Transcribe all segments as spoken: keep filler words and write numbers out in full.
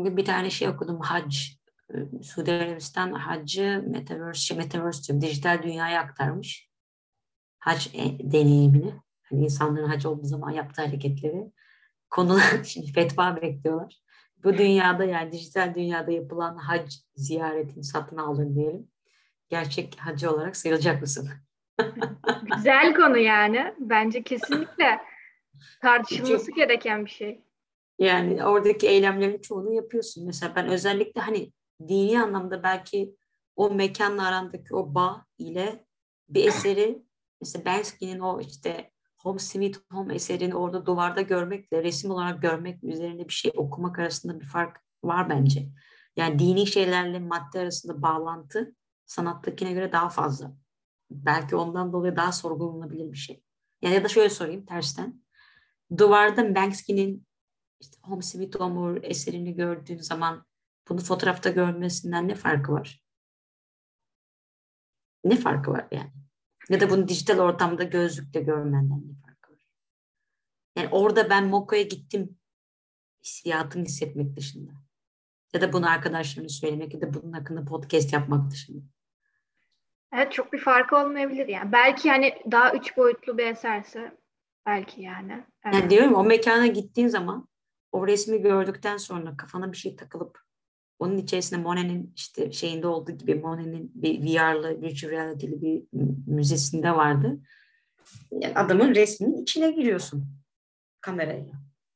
Bugün bir tane şey okudum. Hac. e, Suudi Arabistan haccı Metaverse, şey Metaverse diyorum, dijital dünyaya aktarmış. Hac e, deneyimini. Hani insanların hac olduğu zaman yaptığı hareketleri. Konular şimdi fetva bekliyorlar. Bu dünyada yani dijital dünyada yapılan hac ziyaretini satın aldın diyelim. Gerçek hacı olarak sayılacak mısın? Güzel konu yani. Bence kesinlikle tartışılması Çünkü gereken bir şey. yani oradaki eylemlerin çoğunu yapıyorsun. Mesela ben özellikle hani dini anlamda belki o mekanla arandaki o bağ ile bir eseri, mesela Bansky'nin o işte Home Sweet Home eserini orada duvarda görmekle resim olarak görmek, üzerinde bir şey okumak arasında bir fark var bence. Yani dini şeylerle madde arasında bağlantı sanattakine göre daha fazla. Belki ondan dolayı daha sorgulanabilir bir şey. Yani ya da şöyle sorayım tersten. Duvarda Bansky'nin işte Home Sweet Home eserini gördüğün zaman bunu fotoğrafta görmesinden ne farkı var? Ne farkı var yani? Ya da bunu dijital ortamda gözlükle görmenden ne farkı var? Yani orada ben Moko'ya gittim hissiyatını hissetmek dışında. Ya da bunu arkadaşlarına söylemek ya da bunun hakkında podcast yapmak dışında. Evet, çok bir farkı olmayabilir yani. Belki hani daha üç boyutlu bir eserse belki yani. Ee, Yani diyorum o mekana gittiğin zaman o resmi gördükten sonra kafana bir şey takılıp onun içerisinde Monet'in işte şeyinde olduğu gibi Monet'in bir V R'lı, virtual reality'li bir müzesinde vardı. Yani adamın resminin içine giriyorsun kamerayla.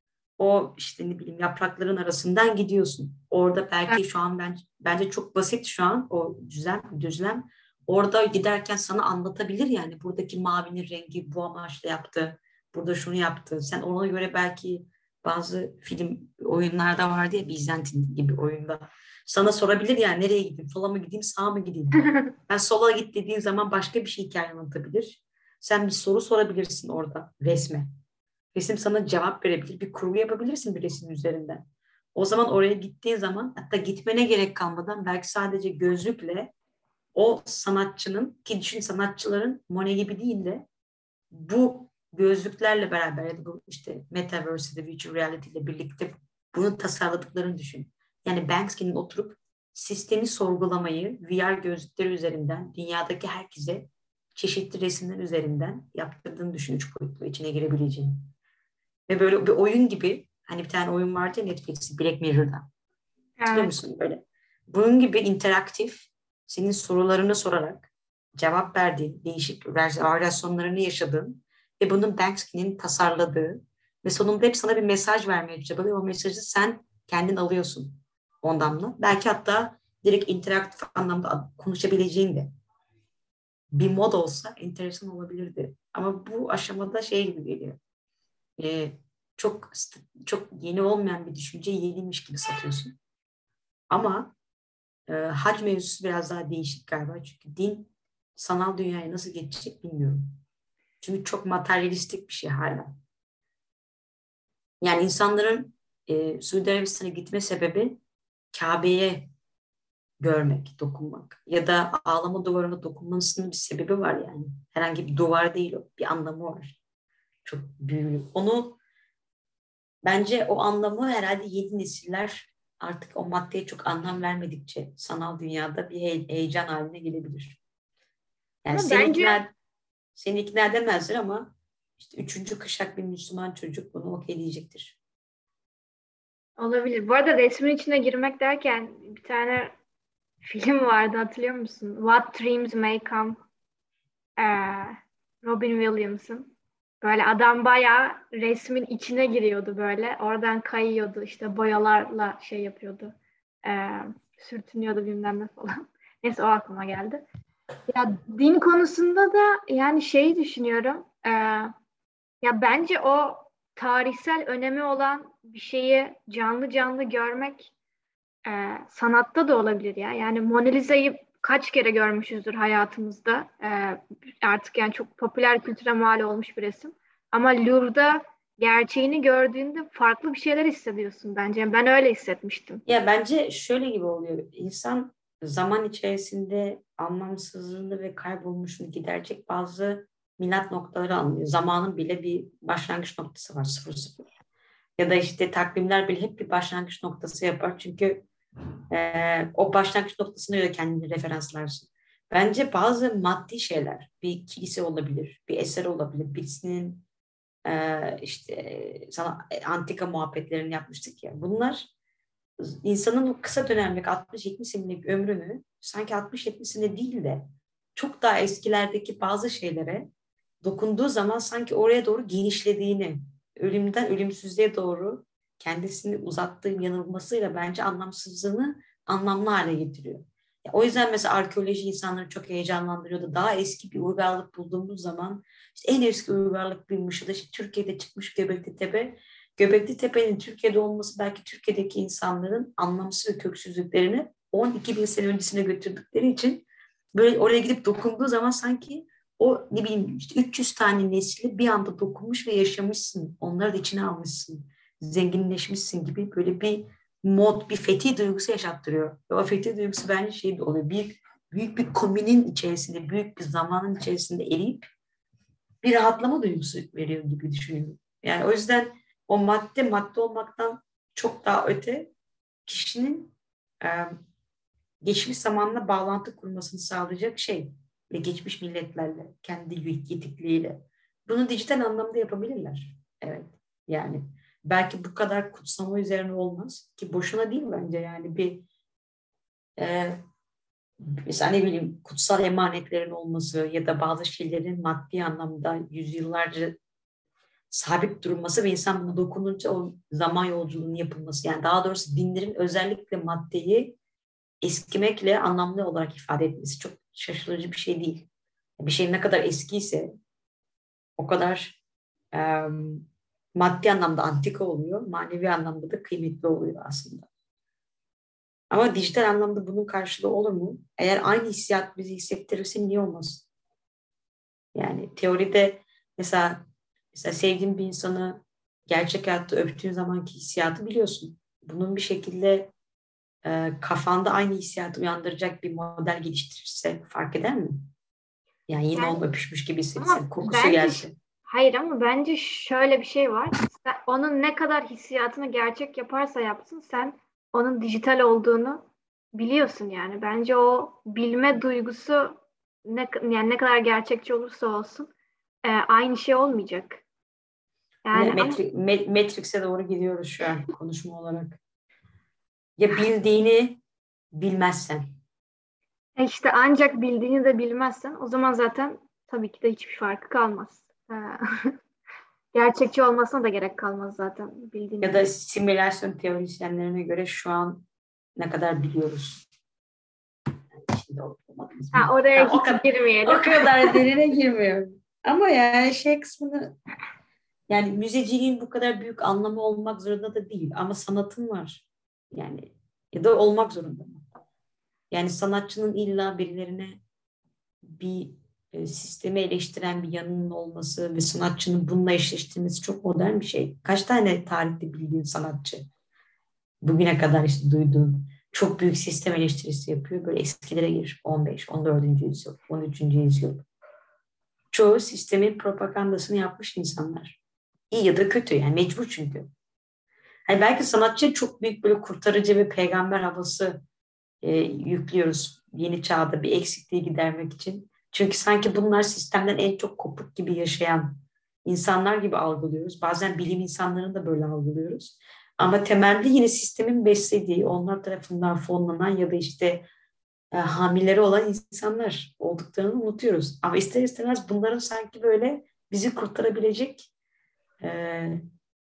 O işte ne bileyim yaprakların arasından gidiyorsun. Orada belki şu an ben, bence çok basit şu an o düzlem, düzlem. Orada giderken sana anlatabilir yani buradaki mavinin rengi bu amaçla yaptı. Burada şunu yaptı. Sen ona göre belki bazı film oyunlarda vardı ya Bizantin gibi oyunda. Sana sorabilir yani nereye gideyim? Sola mı gideyim, sağa mı gideyim? Ben sola git dediğin zaman başka bir şey hikaye anlatabilir. Sen bir soru sorabilirsin orada resme. Resim sana cevap verebilir. Bir kurgu yapabilirsin bir resim üzerinden. O zaman oraya gittiğin zaman hatta gitmene gerek kalmadan belki sadece gözlükle o sanatçının ki düşün sanatçıların Monet gibi değil de bu gözlüklerle beraber ya da bu işte Metaverse'de virtual reality ile birlikte bunu tasarladıklarını düşün. Yani Banksy'nin oturup sistemi sorgulamayı V R gözlükleri üzerinden dünyadaki herkese çeşitli resimler üzerinden yaptırdığını düşün üç boyutlu içine girebileceğini. Ve böyle bir oyun gibi hani bir tane oyun vardı ya Netflix'te Black Mirror'da. Hatırlıyor evet. musun böyle? Bunun gibi interaktif senin sorularını sorarak cevap verdiğin, değişik varyasyonlarını yaşadığın ve bunun Banksy'nin tasarladığı ve sonunda hep sana bir mesaj vermeye çabalıyor. O mesajı sen kendin alıyorsun ondan da. Belki hatta direkt interaktif anlamda konuşabileceğin de bir mod olsa enteresan olabilirdi. Ama bu aşamada şey gibi geliyor. Ee, çok çok yeni olmayan bir düşünce yeniymiş gibi satıyorsun. Ama e, hac mevzusu biraz daha değişik galiba. Çünkü din sanal dünyaya nasıl geçecek bilmiyorum. Çünkü çok materyalistik bir şey hala. Yani insanların e, Suudi Arabistan'a gitme sebebi Kabe'ye görmek, dokunmak ya da ağlama duvarına dokunmasının bir sebebi var yani. Herhangi bir duvar değil o, bir anlamı var. Çok büyülü. Onu bence o anlamı herhalde yeni nesiller artık o maddeye çok anlam vermedikçe sanal dünyada bir he- heyecan haline gelebilir. Yani Ama seni bence ikna, seni ikna edemezler ama işte üçüncü kuşak bir Müslüman çocuk bunu okeyleyecektir. olabilir. Bu arada resmin içine girmek derken bir tane film vardı, hatırlıyor musun? What Dreams May Come. Ee, Robin Williams'ın. Böyle adam bayağı resmin içine giriyordu böyle. Oradan kayıyordu işte boyalarla şey yapıyordu. Ee, Sürtünüyordu bilmem ne falan. Neyse, o aklıma geldi. Ya din konusunda da yani şeyi düşünüyorum. Ee, ya bence o tarihsel önemi olan bir şeyi canlı canlı görmek e, sanatta da olabilir ya. Yani Mona Lisa'yı kaç kere görmüşüzdür hayatımızda. E, artık yani çok popüler kültüre mal olmuş bir resim. Ama Louvre'da gerçeğini gördüğünde farklı bir şeyler hissediyorsun bence. Yani ben öyle hissetmiştim. Ya bence şöyle gibi oluyor. İnsan zaman içerisinde anlamsızlığını ve kaybolmuşunu giderecek bazı milat noktaları anlıyor. Zamanın bile bir başlangıç noktası var sıfır sıfır. Ya da işte takvimler bile hep bir başlangıç noktası yapar. Çünkü e, o başlangıç noktasına göre kendini referanslarsın. Bence bazı maddi şeyler, bir kilise olabilir, bir eser olabilir, birisinin e, işte sana antika muhabbetlerini yapmıştık ya. Bunlar insanın o kısa dönemlik altmış yetmiş senelik ömrünü sanki altmış yetmiş sene değil de çok daha eskilerdeki bazı şeylere dokunduğu zaman sanki oraya doğru genişlediğini, ölümden ölümsüzlüğe doğru kendisini uzattığı yanılmasıyla bence anlamsızlığını anlamlı hale getiriyor. O yüzden mesela arkeoloji insanları çok heyecanlandırıyordu. Daha eski bir uygarlık bulduğumuz zaman işte en eski uygarlık buymuş da işte Türkiye'de çıkmış Göbekli Tepe. Göbekli Tepe'nin Türkiye'de olması belki Türkiye'deki insanların anlamsız ve köksüzlüklerini on iki bin sene öncesine götürdükleri için böyle oraya gidip dokunduğu zaman sanki o ne bileyim işte üç yüz tane nesli bir anda dokunmuş ve yaşamışsın. Onları da içine almışsın. Zenginleşmişsin gibi böyle bir mod, bir fethi duygusu yaşattırıyor. Ve o fethi duygusu bence şey de oluyor. Bir, büyük bir komünün içerisinde, büyük bir zamanın içerisinde eriyip bir rahatlama duygusu veriyor gibi düşünüyorum. Yani o yüzden o madde madde olmaktan çok daha öte kişinin e, geçmiş zamanla bağlantı kurmasını sağlayacak şey ve geçmiş milletlerle, kendi yetikliğiyle. Bunu dijital anlamda yapabilirler. Evet. Yani belki bu kadar kutsama üzerine olmaz ki boşuna değil bence yani bir e, mesela ne bileyim kutsal emanetlerin olması ya da bazı şeylerin maddi anlamda yüzyıllarca sabit durması ve insan buna dokununca o zaman yolculuğunun yapılması. Yani daha doğrusu dinlerin özellikle maddeyi eskimekle anlamlı olarak ifade etmesi çok şaşırtıcı bir şey değil. Bir şey ne kadar eskiyse o kadar e, maddi anlamda antika oluyor, manevi anlamda da kıymetli oluyor aslında. Ama dijital anlamda bunun karşılığı olur mu? Eğer aynı hissiyat bizi hissettirirse niye olmasın? Yani teoride mesela mesela sevdiğin bir insanı gerçek hayatta öptüğün zamanki hissiyatı biliyorsun. Bunun bir şekilde e, kafanda aynı hissiyatı uyandıracak bir model geliştirirse fark eder mi? Yani yine Yani onu öpüşmüş gibi hissetsen, ama kokusu bence gelse. hayır ama bence şöyle bir şey var. Sen, onun ne kadar hissiyatını gerçek yaparsa yapsın sen onun dijital olduğunu biliyorsun yani. Bence o bilme duygusu ne yani ne kadar gerçekçi olursa olsun e, aynı şey olmayacak. Yine Yani ama metri, me- Matrix'e doğru gidiyoruz şu an konuşma olarak. Ya bildiğini bilmezsen. e, işte ancak bildiğini de bilmezsen o zaman zaten tabii ki de hiçbir farkı kalmaz. E, gerçekçi olmasına da gerek kalmaz zaten bildiğini Ya da bil. simülasyon teorisyenlerine göre şu an ne kadar biliyoruz. İçinde olup olmadığımız Ha, bilmiyorum. oraya Tamam, o hiç kadar, o girmeyelim. kadar derine girmiyorum. Ama yani şey kısmını yani müzeciliğin bu kadar büyük anlamı olmak zorunda da değil. Ama sanatın var. Yani ya da olmak zorunda mı? Yani sanatçının illa birilerine bir e, sistemi eleştiren bir yanının olması ve sanatçının bununla eşleştirmesi çok modern bir şey. Kaç tane tarihte bildiğin sanatçı bugüne kadar işte duyduğun çok büyük sistem eleştirisi yapıyor. Böyle eskilere gir. on beş, on dördüncü yüzyıl, on üçüncü yüzyıl. Çoğu sistemin propagandasını yapmış insanlar. İyi ya da kötü yani mecbur çünkü. Hani belki sanatçıya çok büyük böyle kurtarıcı ve peygamber havası e, yüklüyoruz yeni çağda bir eksikliği gidermek için. Çünkü sanki bunlar sistemden en çok kopuk gibi yaşayan insanlar gibi algılıyoruz. Bazen bilim insanlarını da böyle algılıyoruz. Ama temelde yine sistemin beslediği, onlar tarafından fonlanan ya da işte e, hamileri olan insanlar olduklarını unutuyoruz. Ama ister istemez bunların sanki böyle bizi kurtarabilecek e,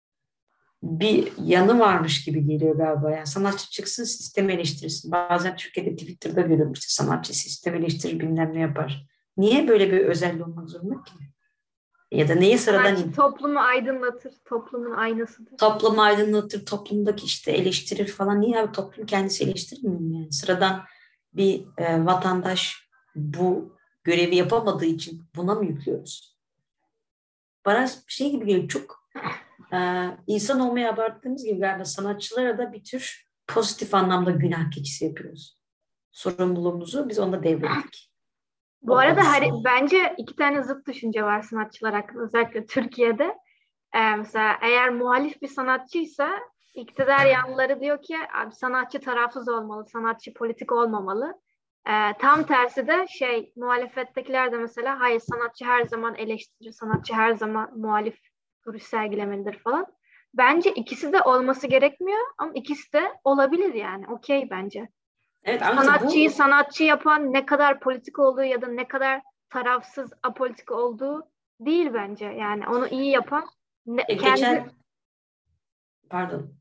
bir yanı varmış gibi geliyor galiba. Yani sanatçı çıksın sistem eleştirsin. Bazen Türkiye'de Twitter'da görüyorum işte sanatçı sistem eleştirir bilmem ne yapar. Niye böyle bir özelliği olmak zorunda ki? Ya da neye sıradan Sanatçı in- toplumu aydınlatır, toplumun aynasıdır. toplumu aydınlatır, toplumdaki işte eleştirir falan. Niye abi toplum kendisi eleştirmiyor mu yani? Sıradan bir e, vatandaş bu görevi yapamadığı için buna mı yüklüyoruz? Bana şey gibi geliyor çok Ee, insan olmaya abarttığımız gibi galiba sanatçılara da bir tür pozitif anlamda günah keçisi yapıyoruz. Sorumluluğumuzu biz onda devrettik. Bu O arada her, konuşsun. bence iki tane zıt düşünce var sanatçılar hakkında özellikle Türkiye'de. Ee, mesela eğer muhalif bir sanatçıysa iktidar yanlıları diyor ki abi sanatçı tarafsız olmalı, sanatçı politik olmamalı. Ee, tam tersi de şey muhalefettekiler de mesela hayır sanatçı her zaman eleştirir, sanatçı her zaman muhalif duruş sergilemelidir falan. Bence ikisi de olması gerekmiyor ama ikisi de olabilir yani okey bence. Evet ama işte Sanatçıyı bu sanatçı yapan ne kadar politik olduğu ya da ne kadar tarafsız apolitik olduğu değil bence. Yani onu iyi yapan ne- e, kendi geçen pardon.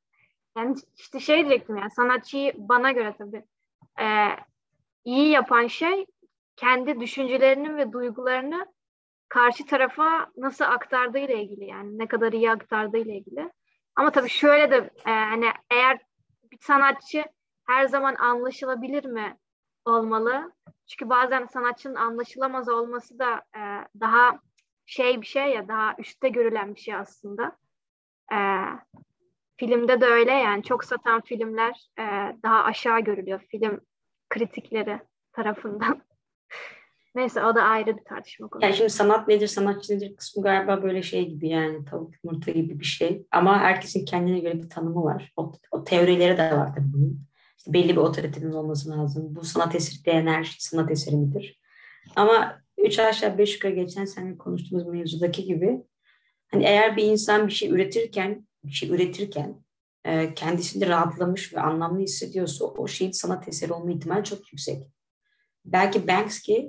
yani işte şey diyecektim yani sanatçıyı bana göre tabii e, iyi yapan şey kendi düşüncelerini ve duygularını karşı tarafa nasıl aktardığı ile ilgili yani ne kadar iyi aktardığı ile ilgili. Ama tabii şöyle de e, hani eğer bir sanatçı her zaman anlaşılabilir mi olmalı? Çünkü bazen sanatçının anlaşılamaz olması da e, daha şey bir şey ya daha üstte görülen bir şey aslında. E, Filmde de öyle yani çok satan filmler e, daha aşağı görülüyor film kritikleri tarafından. Neyse o da ayrı bir tartışma Yani konusu. şimdi sanat nedir, sanatçı nedir kısmı galiba böyle şey gibi yani tavuk yumurta gibi bir şey. Ama herkesin kendine göre bir tanımı var. O, o teorileri de var tabii bunun. İşte belli bir otoritenin olması lazım. Bu sanat eseri diyen her şey sanat eseri midir? Ama üç aşağı beş yukarı geçen sene konuştuğumuz mevzudaki gibi hani eğer bir insan bir şey üretirken bir şey üretirken e, kendisini rahatlamış ve anlamlı hissediyorsa o şeyin sanat eseri olma ihtimali çok yüksek. Belki Banksy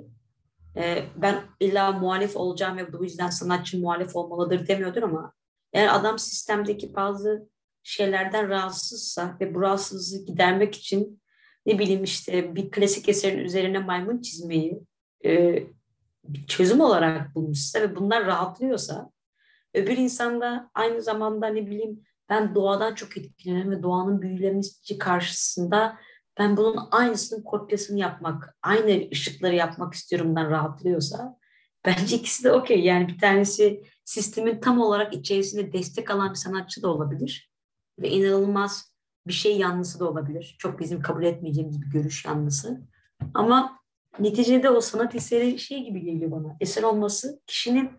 e, ben illa muhalif olacağım ve bu yüzden sanatçı muhalif olmalıdır demiyordur ama eğer adam sistemdeki bazı şeylerden rahatsızsa ve bu rahatsızlığı gidermek için ne bileyim işte bir klasik eserin üzerine maymun çizmeyi e, bir çözüm olarak bulmuşsa ve bunlar rahatlıyorsa öbür insan da aynı zamanda ne bileyim ben doğadan çok etkileniyorum ve doğanın büyülemesi karşısında ben bunun aynısının kopyasını yapmak, aynı ışıkları yapmak istiyorumdan rahatlıyorsa bence ikisi de okey. Yani bir tanesi sistemin tam olarak içerisinde destek alan bir sanatçı da olabilir ve inanılmaz bir şey yanlısı da olabilir. Çok bizim kabul etmeyeceğimiz bir görüş yanlısı. Ama neticede o sanat eseri şey gibi geliyor bana. Eser olması kişinin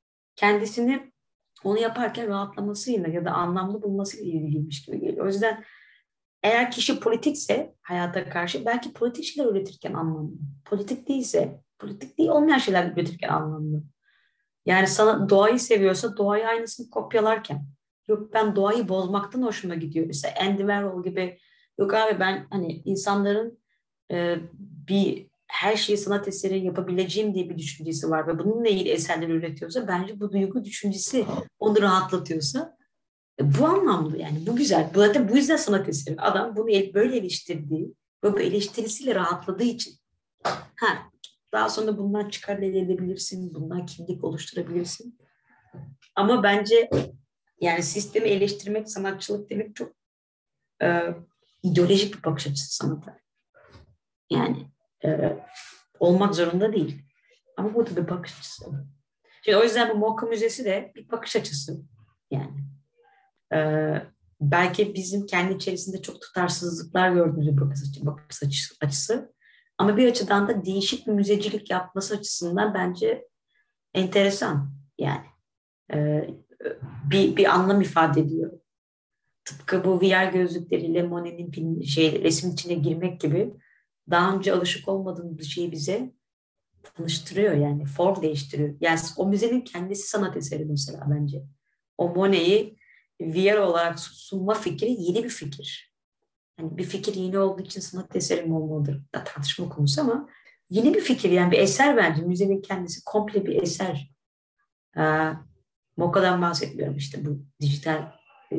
kendisini onu yaparken rahatlamasıyla ya da anlamlı bulmasıyla ilgiliymiş gibi geliyor. O yüzden eğer kişi politikse hayata karşı belki politik şeyler üretirken anlamlı. Politik değilse, politik değil olmayan şeyler üretirken anlamlı. Yani sana doğayı seviyorsa doğayı aynısını kopyalarken. Yok ben doğayı bozmaktan hoşuma gidiyor. Mesela Andy Warhol gibi yok abi ben hani insanların e, bir her şeyi sanat eseri yapabileceğim diye bir düşüncesi var ve bununla ilgili eserler üretiyorsa bence bu duygu düşüncesi onu rahatlatıyorsa e, bu anlamlı yani bu güzel. Bu zaten bu yüzden sanat eseri. Adam bunu el- böyle eleştirdiği ve bu eleştirisiyle rahatladığı için. Ha, daha sonra bundan çıkar elde edebilirsin, bundan kimlik oluşturabilirsin. Ama bence yani sistemi eleştirmek, sanatçılık demek çok e, ideolojik bir bakış açısı sanata. Yani e, olmak zorunda değil. Ama bu da bir bakış açısı. Şimdi o yüzden bu Moka Müzesi de bir bakış açısı. Yani e, belki bizim kendi içerisinde çok tutarsızlıklar gördüğümüz bir bakış açısı, bakış açısı, açısı. Ama bir açıdan da değişik bir müzecilik yapması açısından bence enteresan. Yani e, bir, bir anlam ifade ediyor. Tıpkı bu V R gözlükleriyle Monet'in film, şey, resim içine girmek gibi daha önce alışık olmadığımız bir şeyi bize tanıştırıyor yani form değiştiriyor. Yani o müzenin kendisi sanat eseri mesela bence. O Monet'i V R olarak sunma fikri yeni bir fikir. Yani bir fikir yeni olduğu için sanat eseri mi olmalıdır da tartışma konusu ama yeni bir fikir yani bir eser bence. Müzenin kendisi komple bir eser. Ee, Moka'dan bahsetmiyorum işte bu dijital e,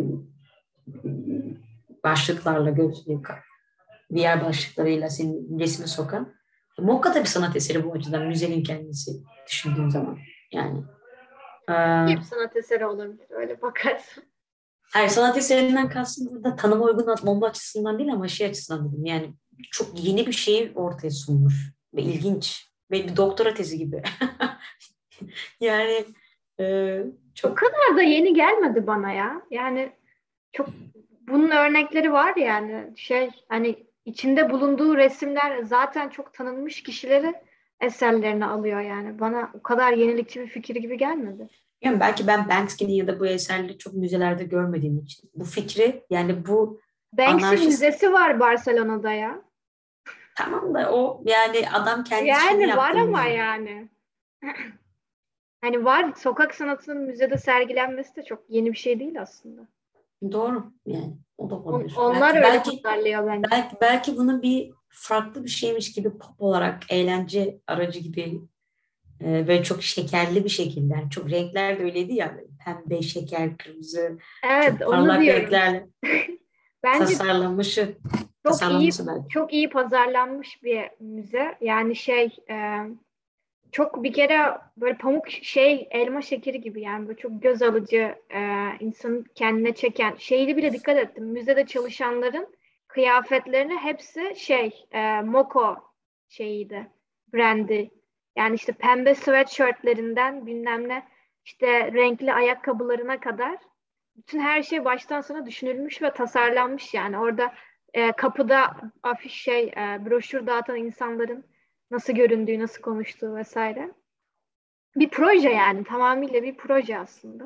başlıklarla gözlüğü V R başlıklarıyla senin resmi sokan. Mokka da bir sanat eseri bu açıdan müzenin kendisi düşündüğün zaman. Yani e, Hep sanat eseri olabilir öyle bakarsın. hayır sanat eserinden kastım burada tanıma uygun olma açısından değil ama şey açısından dedim. Yani çok yeni bir şeyi ortaya sunmuş ve ilginç ve bir doktora tezi gibi. Yani e, O çok kadar da yeni gelmedi bana ya. Yani çok bunun örnekleri var yani şey hani içinde bulunduğu resimler zaten çok tanınmış kişileri eserlerine alıyor yani. Bana o kadar yenilikçi bir fikir gibi gelmedi. Yani belki ben Banksy'nin ya da bu eserleri çok müzelerde görmediğim için bu fikri, yani bu Banksy anarşist, müzesi var Barcelona'da ya. tamam da o yani adam kendi işini Yani var yaptığı ama müze. yani. Hani var, sokak sanatının müzede sergilenmesi de çok yeni bir şey değil aslında. Doğru, yani o da On- olabilir. onlar Belki öyle belki pazarlıyor bence. belki belki bunu bir farklı bir şeymiş gibi, pop olarak eğlence aracı gibi, e, böyle çok şekerli bir şekilde. Yani çok renkler de öyleydi ya, böyle pembe, şeker, kırmızı, Evet, çok onu parlak diyorum renklerle işte. Bence tasarlanmışı çok iyi tasarlaması belki. çok iyi pazarlanmış bir müze. Yani şey e, çok bir kere böyle pamuk şey elma şekeri gibi, yani böyle çok göz alıcı, e, insanı kendine çeken şeydi, bile dikkat ettim. Müzede çalışanların kıyafetlerini hepsi şey e, Moco şeyiydi, brandi. Yani işte pembe sweatshirtlerinden bilmem ne, işte renkli ayakkabılarına kadar bütün her şey baştan sona düşünülmüş ve tasarlanmış yani. Orada e, kapıda afiş şey e, broşür dağıtan insanların nasıl göründüğü, nasıl konuştuğu vesaire. Bir proje yani, tamamıyla bir proje aslında.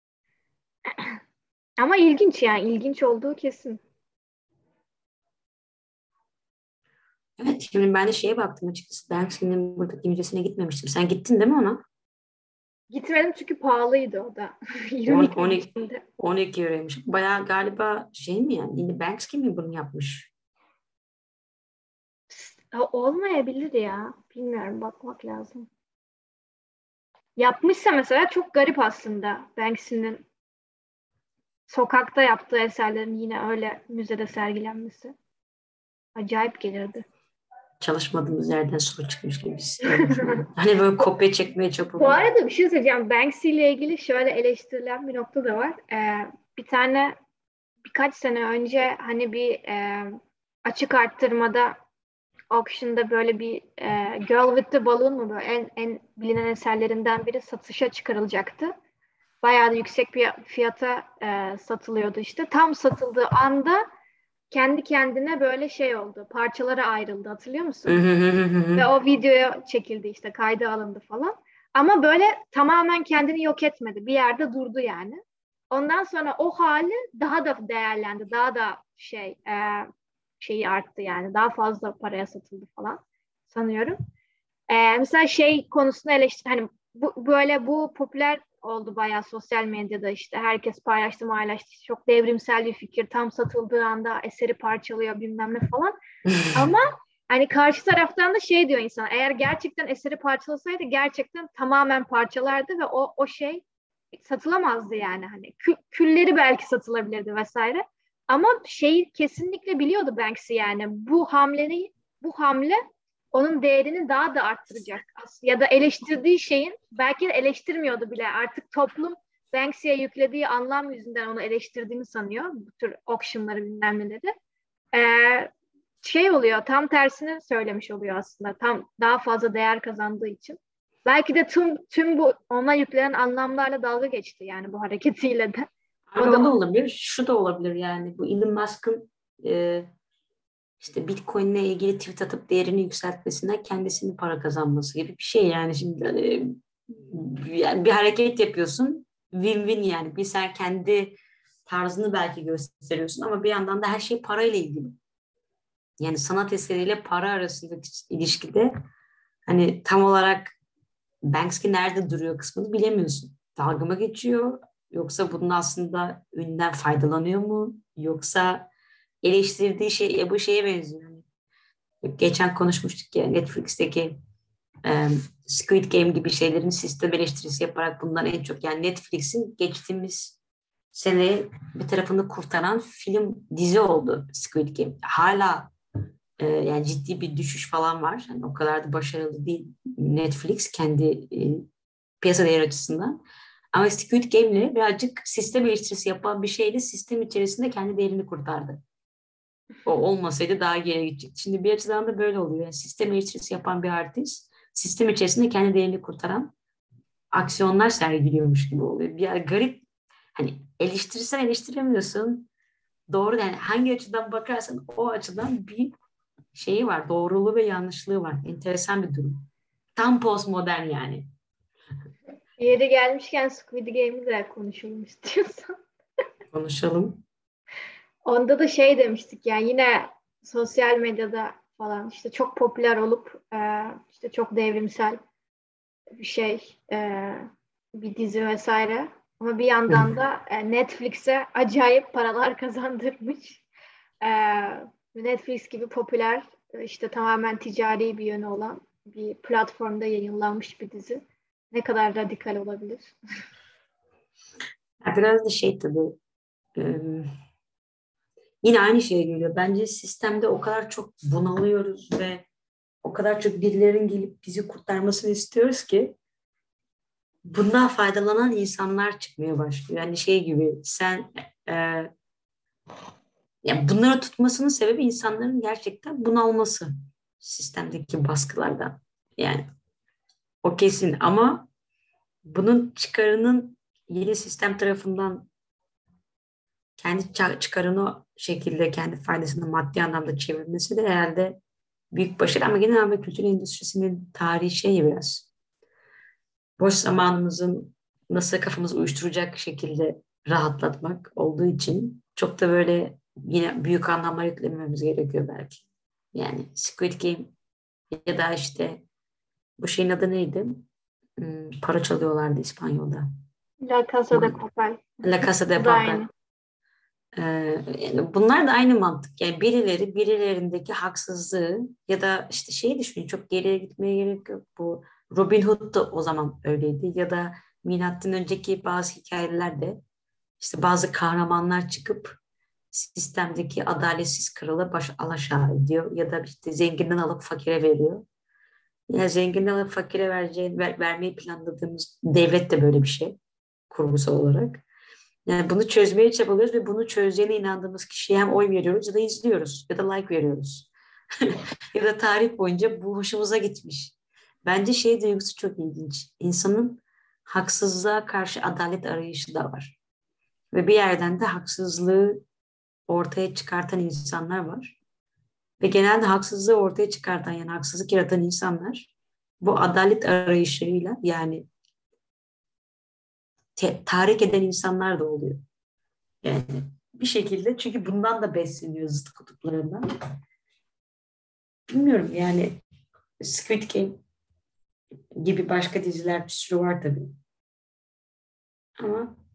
Ama ilginç, yani ilginç olduğu kesin. Evet, şimdi ben de şeye baktım açıkçası. Banksy'nin buradaki müzesine gitmemiştim. Sen gittin değil mi ona? Gitmedim çünkü pahalıydı o da. on, yirmi euro on, içinde. on iki euroymuş. Bayağı galiba şey mi yani? Yine Banksy mi bunu yapmış? Ha, olmayabilir ya. Bilmiyorum, bakmak lazım. Yapmışsa mesela çok garip aslında, Banksy'nin sokakta yaptığı eserlerin yine öyle müzede sergilenmesi. Acayip gelirdi. Çalışmadığımız yerden soru çıkmış gibi hissediyorum şu an. Hani böyle kopya çekmeye Bu çapalıyoruz. arada bir şey söyleyeceğim. Banksy ile ilgili şöyle eleştirilen bir nokta da var. Ee, bir tane birkaç sene önce hani bir e, açık arttırmada, auction'da böyle bir e, Girl with the Balloon mu, böyle en, en bilinen eserlerinden biri satışa çıkarılacaktı. Bayağı da yüksek bir fiyata e, satılıyordu işte. Tam satıldığı anda kendi kendine böyle şey oldu. Parçalara ayrıldı, hatırlıyor musun? Ve o videoya çekildi, işte kayda alındı falan. Ama böyle tamamen kendini yok etmedi. Bir yerde durdu yani. Ondan sonra o hali daha da değerlendi. Daha da şey e, şeyi arttı yani. Daha fazla paraya satıldı falan sanıyorum. E, mesela şey konusunda eleştir hani bu, böyle bu popüler oldu bayağı sosyal medyada, işte herkes paylaştı paylaştı. Çok devrimsel bir fikir. Tam satıldığı anda eseri parçalıyor bilmem ne falan. Ama hani karşı taraftan da şey diyor insan, eğer gerçekten eseri parçalasaydı gerçekten tamamen parçalardı ve o o şey satılamazdı yani, hani kü- külleri belki satılabilirdi vesaire. Ama şeyi kesinlikle biliyordu Banksy, yani bu hamleyi bu hamle onun değerini daha da arttıracak. As- Ya da eleştirdiği şeyin belki de eleştirmiyordu bile. Artık toplum Banksy'ye yüklediği anlam yüzünden onu eleştirdiğini sanıyor. Bu tür auctionları bilmem neleri. Ee, Şey oluyor, tam tersini söylemiş oluyor aslında, tam daha fazla değer kazandığı için. Belki de tüm tüm bu ona yüklenen anlamlarla dalga geçti yani, bu hareketiyle de. Abi O da o da olabilir. Şu da olabilir yani. Bu Elon Musk'ın e, işte Bitcoin'le ilgili tweet atıp değerini yükseltmesinden kendisinin para kazanması gibi bir şey yani. Şimdi hani, yani bir hareket yapıyorsun. Win-win yani. Bir sen kendi tarzını belki gösteriyorsun ama bir yandan da her şey parayla ilgili. Yani sanat eseriyle para arasındaki ilişkide hani tam olarak Banksy nerede duruyor kısmını bilemiyorsun. Dalga mı geçiyor? Yoksa bunun aslında ününden faydalanıyor mu? Yoksa eleştirdiği şey ya bu şeye benziyor. Yani geçen konuşmuştuk ya, Netflix'teki e, Squid Game gibi şeylerin sistem eleştirisi yaparak bundan en çok, yani Netflix'in geçtiğimiz sene bir tarafını kurtaran film dizi oldu Squid Game. Hala e, yani ciddi bir düşüş falan var. Yani o kadar da başarılı değil Netflix kendi e, piyasa değeri açısından. Ama Squid Game'le birazcık sistem eleştirisi yapan bir şeyle sistem içerisinde kendi değerini kurtardı. O olmasaydı daha geriye gidecekti. Şimdi bir açıdan da böyle oluyor. Yani sistem eleştirisi yapan bir artist, sistem içerisinde kendi değerini kurtaran aksiyonlar sergiliyormuş gibi oluyor. Bir garip, hani eleştirirsen eleştiremiyorsun. Doğru, yani hangi açıdan bakarsan o açıdan bir şeyi var. Doğruluğu ve yanlışlığı var. Enteresan bir durum. Tam postmodern yani. Yeri gelmişken Squid Game'i de konuşalım istiyorsan. Konuşalım. Onda da şey demiştik yani yine sosyal medyada falan işte çok popüler olup e, işte çok devrimsel bir şey e, bir dizi vesaire. Ama bir yandan da e, Netflix'e acayip paralar kazandırmış. E, Netflix gibi popüler e, işte tamamen ticari bir yönü olan bir platformda yayınlanmış bir dizi. Ne kadar radikal olabilir? Ya biraz da şey tabii, e, yine aynı şeye geliyor. Bence sistemde o kadar çok bunalıyoruz ve o kadar çok birilerinin gelip bizi kurtarmasını istiyoruz ki bundan faydalanan insanlar çıkmaya başlıyor. Yani şey gibi sen e, yani bunları tutmasının sebebi insanların gerçekten bunalması sistemdeki baskılardan. Yani o kesin ama bunun çıkarının yeni sistem tarafından kendi ça- çıkarını o şekilde kendi faydasını maddi anlamda çevirmesi de herhalde büyük başarı ama genel anlamda kültür endüstrisinin tarihi şey biraz boş zamanımızın nasıl kafamızı uyuşturacak şekilde rahatlatmak olduğu için çok da böyle yine büyük anlamlar yüklememiz gerekiyor belki. Yani Squid Game ya da işte bu şeyin adı neydi? Hmm, para çalıyorlardı İspanyol'da. La Casa de Papel. La Casa de Bu da Papel. aynı. Ee, yani bunlar da aynı mantık. Yani birileri birilerindeki haksızlığı ya da işte şeyi düşünün çok geriye gitmeye gerek yok. Bu Robin Hood da o zaman öyleydi ya da milattan önceki bazı hikayelerde işte bazı kahramanlar çıkıp sistemdeki adaletsiz kralı baş alaşağı ediyor ya da işte zenginden alıp fakire veriyor. Yani zenginden alıp fakire vereceği, ver, vermeyi planladığımız devlet de böyle bir şey kurgusal olarak. Yani bunu çözmeye çabalıyoruz ve bunu çözeceğine inandığımız kişiye hem oy veriyoruz ya da izliyoruz ya da like veriyoruz. Ya da tarih boyunca bu hoşumuza gitmiş. Bence şey duygusu çok ilginç. İnsanın haksızlığa karşı adalet arayışı da var. Ve bir yerden de haksızlığı ortaya çıkartan insanlar var. Ve genelde haksızlığı ortaya çıkartan yani haksızlık yaratan insanlar bu adalet arayışıyla yani te- tahrik eden insanlar da oluyor. Yani bir şekilde çünkü bundan da besleniyor zıt kutuplarından. Bilmiyorum yani Squid Game gibi başka diziler bir sürü var tabii. Ama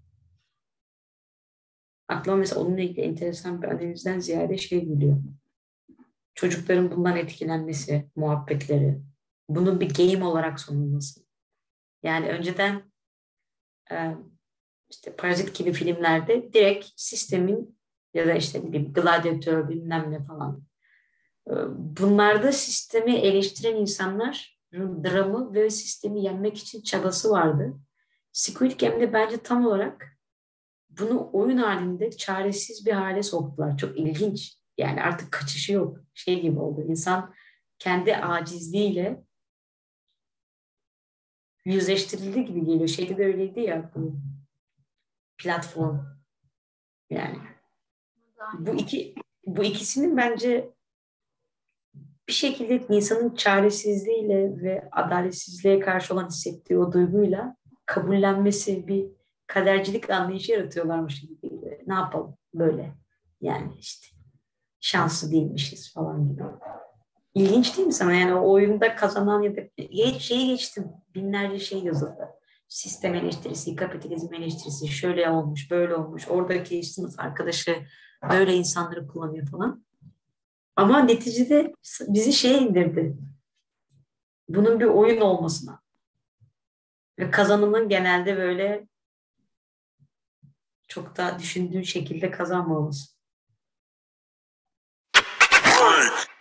aklıma mesela onunla ilgili enteresan bir analizden ziyade şey geliyor. Çocukların bundan etkilenmesi, muhabbetleri. Bunun bir game olarak sunulması. Yani önceden e, işte Parazit gibi filmlerde direkt sistemin ya da işte ne bileyim gladyatör bilmem ne falan. E, bunlarda sistemi eleştiren insanların dramı ve sistemi yenmek için çabası vardı. Squid Game'de bence tam olarak bunu oyun halinde çaresiz bir hale soktular. Çok ilginç. Yani artık kaçışı yok. Şey gibi oldu. İnsan kendi acizliğiyle yüzleştirildi gibi geliyor. Şeyde de öyleydi ya bu platform. Yani Bu da bu aynı. iki bu ikisinin bence bir şekilde insanın çaresizliğiyle ve adaletsizliğe karşı olan hissettiği o duyguyla kabullenmesi bir kadercilik anlayışı yaratıyorlarmış gibi geliyor. Ne yapalım böyle yani işte şanslı değilmişiz falan gibi. İlginç değil mi sana? Yani o oyunda kazanan ya da geç, şeyi geçtim. Binlerce şey yazıldı. Sistem eleştirisi, kapitalizm eleştirisi, şöyle olmuş, böyle olmuş. Oradaki sınıf arkadaşı böyle insanları kullanıyor falan. Ama neticede bizi şeye indirdi. Bunun bir oyun olmasına. Ve kazanımın genelde böyle çok da düşündüğün şekilde kazanmaması.